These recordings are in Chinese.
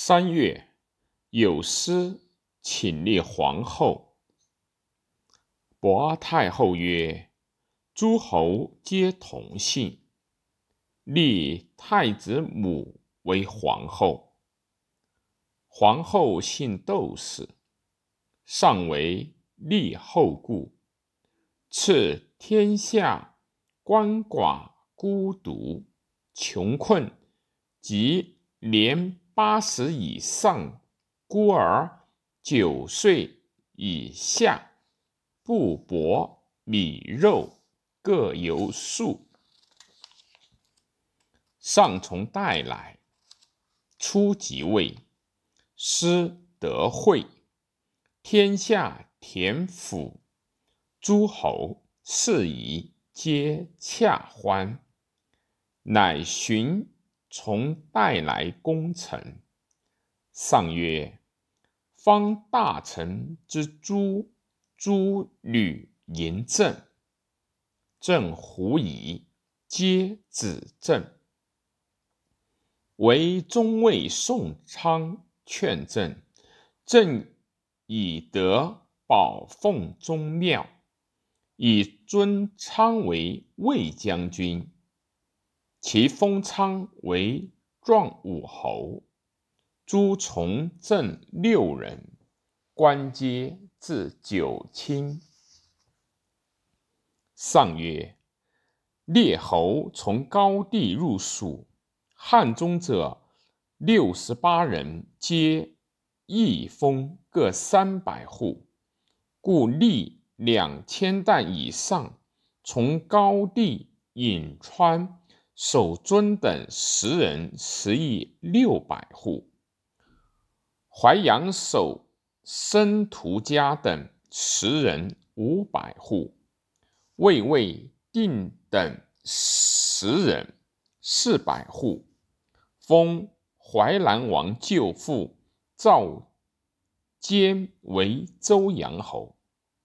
3月，有司请立皇后。伯阿太后曰：诸侯皆同姓，立太子母为皇后。皇后姓窦氏，上为立后故，赐天下鳏寡孤独穷困及年80以上孤儿9岁以下，布帛米肉各有数。上从代来，初即位，师德惠，天下田府诸侯士夷皆洽欢，乃寻从代来功臣。上曰：方大臣之诸吕嬴政，郑胡夷皆子正。为中尉宋昌劝政，正以德保奉宗庙，以尊昌为卫将军，其封昌为壮武侯。诸从政6人，官阶至9卿。上曰：列侯从高地入蜀，汉中者68人，皆邑封各300户，故立2000担以上从高地、颍川、守尊等10人，食邑600户。淮阳守申屠家等10人500户，魏魏定等10人400户，封淮南王舅父赵坚为周阳侯，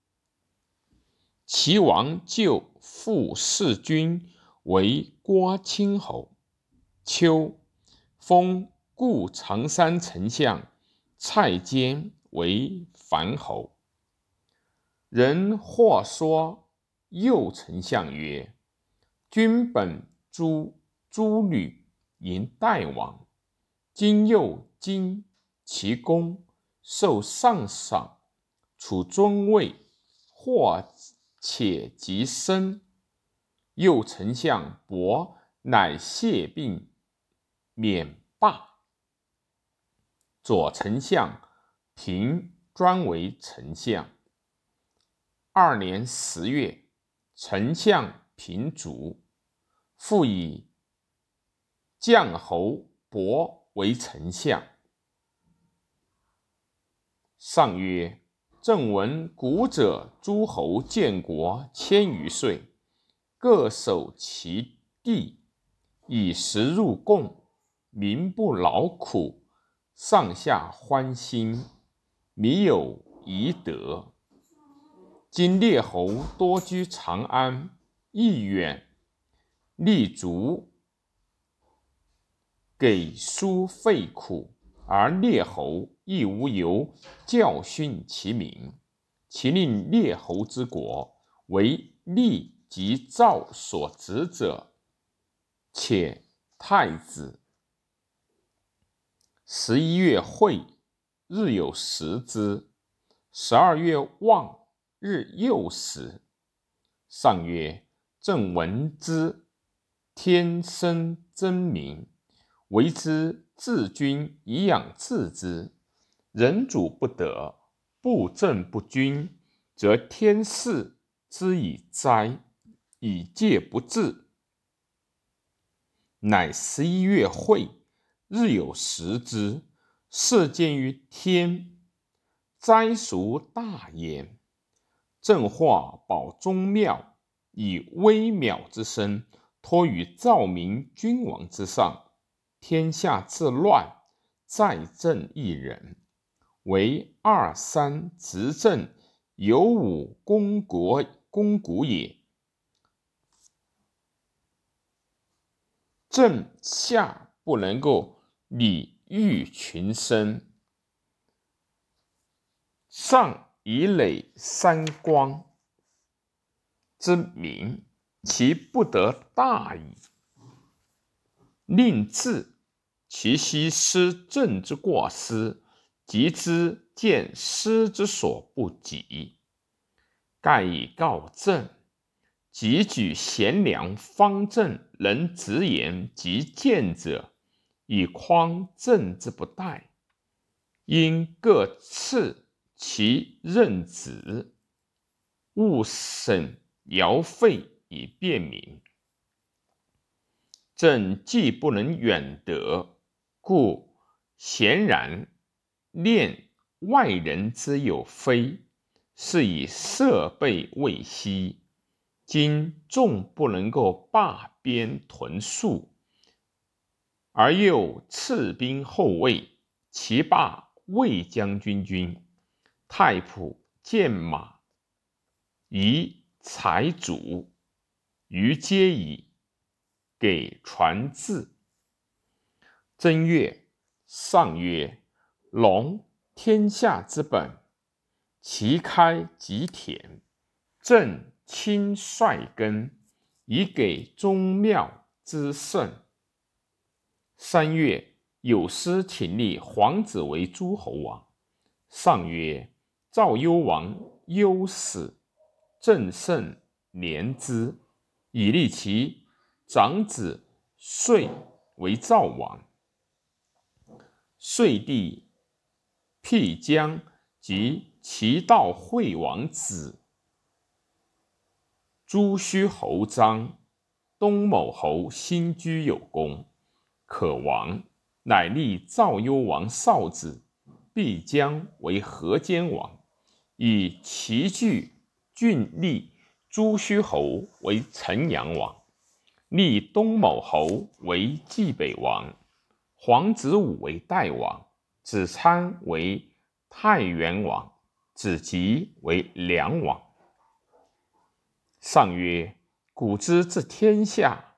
齐王舅父弑君为郭青侯。秋，封故长山丞相蔡坚为樊侯。人或说右丞相曰：君本诸吕迎代王，今又经其功，受上赏，处尊位，或且及身。右丞相伯乃谢病免罢。左丞相平专为丞相。2年10月，丞相平卒，复以将侯伯为丞相。上曰：正闻古者诸侯建国1000余岁，各守其地，以食入贡，民不劳苦，上下欢心，民有夷德。今列侯多居长安，邑远，立足给书费苦，而列侯亦无由教训其民。其令列侯之国，为厉及赵所执者，且太子。11月会，日有食之。12月望，日又食。上曰：正闻之，天生真民，为之治君以养治之。人主不得，布政不均，则天士之以灾，以戒不治。乃11月会，日有食之，射见于天，灾俗大焉。正化保宗庙，以微渺之身托于兆民君王之上，天下自乱，在政一人，为2、3执政，有5公谷也。政下不能够理欲群生。上以累三光之名，其不得大矣。令治，其奚失政之过失，及之见失之所不及。盖以告政，即举贤良方正能直言及谏者，以匡政之不殆。应各赐其任职，勿审徭废以便民。政既不能远得，故贤然念外人之有非，是以设备未息。今众不能够罢边屯戍，而又赐兵后卫，其罢卫将军军、太仆、剑马、仪财主，余皆以给传字。正月，上曰：龙，天下之本，其开极田，正亲率根，以给宗庙之盛。3月，有司请立皇子为诸侯王。上曰：赵幽王忧死，郑胜怜之，以立其长子遂为赵王。遂帝辟疆及齐悼惠王子朱虚侯章、东某侯新居有功，可亡，乃立赵幽王少子毕姜为河间王，以齐据郡立朱虚侯为城阳王，立东某侯为冀北王，皇子武为代王，子参为太原王，子吉为梁王。上曰：古之治天下，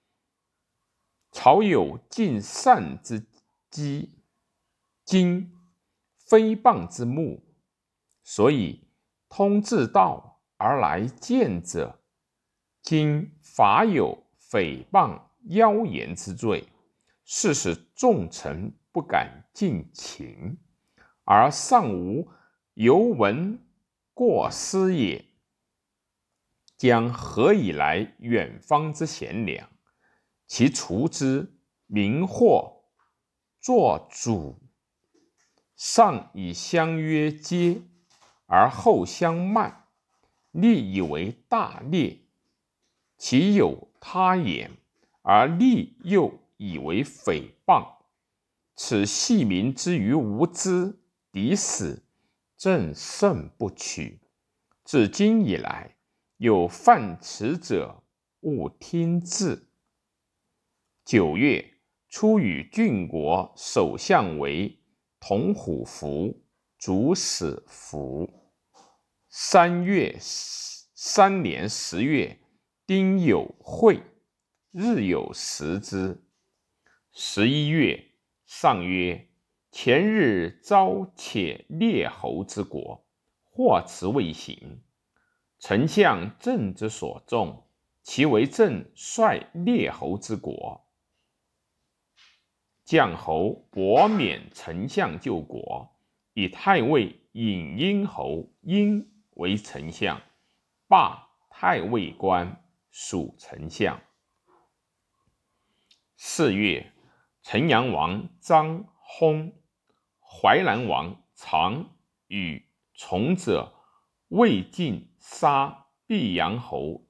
朝有尽善之机，今非谤之目，所以通治道而来谏者，今法有诽谤妖言之罪，是使众臣不敢尽情，而上无犹闻过失也。将何以来远方之贤良？其除之，民或作主。上以相约接，而后相慢，利以为大劣。其有他言，而利又以为诽谤。此系民之于无知，敌死，正胜不取。自今以来，有犯此者，勿听之。9月，初与郡国首相为同虎符，主使符。3年10月，丁酉会，日有食之。11月，上曰：前日遭且列侯之国，或辞未行。丞相郑之所重，其为郑率列侯之国。将侯伯免丞相救国，以太尉尹婴侯婴为丞相，罢太尉官，属丞相。4月，城阳王张薨，淮南王常与从者魏晋杀毕阳侯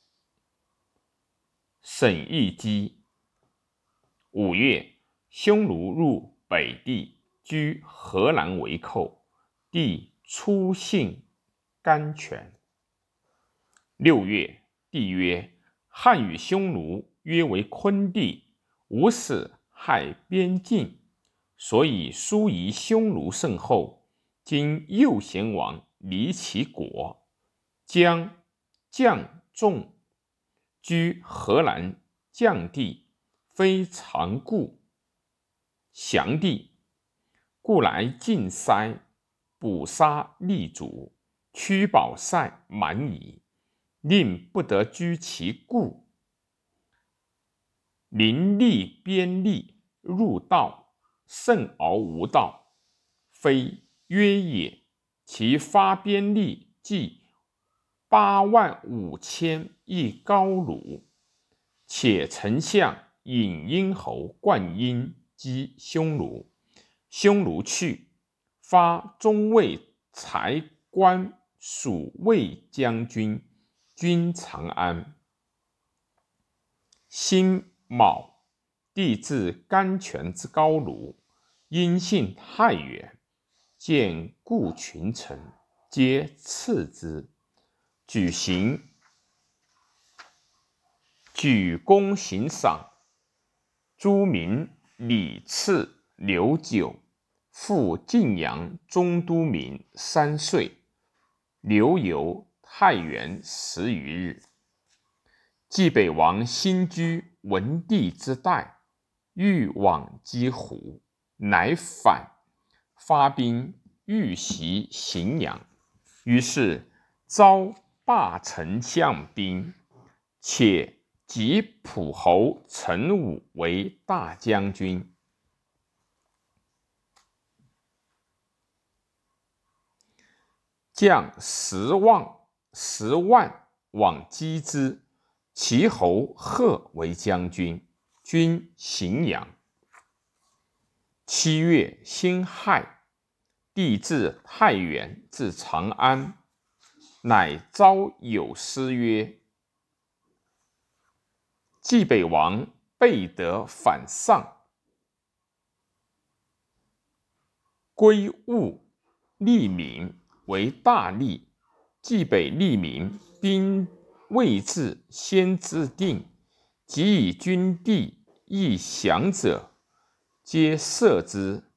沈亦基。5月，匈奴入北地，居河南为寇，帝出信甘泉。6月，帝曰：汉与匈奴约为昆地，无使害边境，所以疏夷匈奴甚厚。今右贤王离其国，将将众居河南绛地，非常故。 降帝，故来晋塞，捕杀立主，驱保塞蛮夷，令不得居其故。临立边吏入道，甚而无道，非约也。其发边吏计85000亦高卢，且丞相引殷侯灌婴击匈奴，匈奴去，发中尉才官属卫将军，军长安。辛卯，帝至甘泉之高卢，因幸太原，见故群臣，皆赐之，举功行赏。诸民礼赐留酒，赴晋阳中都民3岁，留游太原10余日。冀北王辛居闻帝之代，欲往击胡，乃反，发兵欲袭荥阳，于是招霸丞相兵，且及蒲侯陈武为大将军。将10万往击之，其侯贺为将军，军荥阳。7月，辛亥，帝至太原，至长安，乃召有司曰：冀北王备得反上，归务吏民为大吏，冀北吏民兵未至，先自定，即以军地易降者，皆赦之。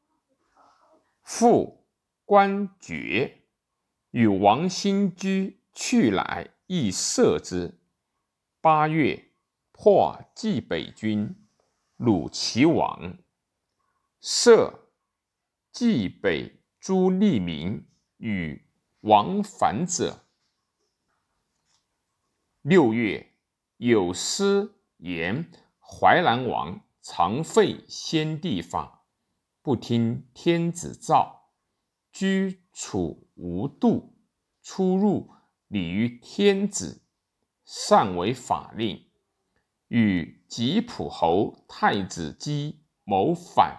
复官爵，与王辛居去来，亦赦之。8月，破冀北军，虏其王，赦冀北诸吏民与王反者。6月，有司言淮南王常废先帝法，不听天子诏，居处无度，出入礼于天子，擅为法令，与吉普侯太子姬谋反，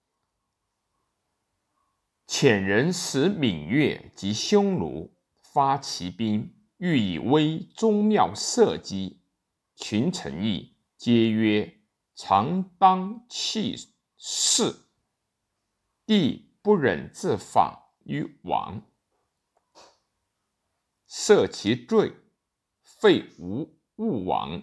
遣人使闽越及匈奴，发其兵，欲以威宗庙社稷。群臣议，皆曰：常当弃市。帝不忍自法于王，赦其罪，废吴王。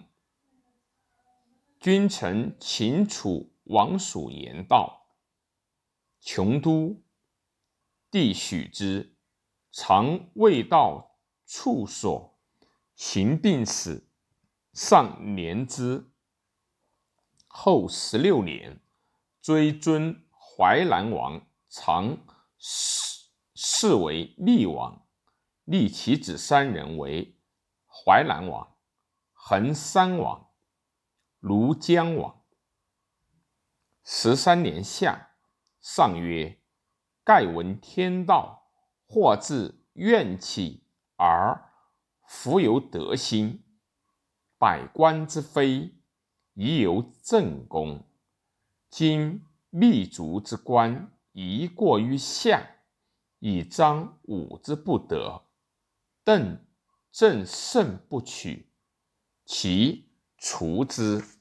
君臣秦楚王属言道，穷都，帝许之，常未到处所，行病死，上怜之。后16年，追尊淮南王常谥为厉王，立其子3人为淮南王、衡山王、庐江王。13年夏，上曰：盖闻天道，或自怨气而弗由德心，百官之非，宜由正宫。今密族之官宜过于下，以彰武之不德，邓正甚不取，其除之。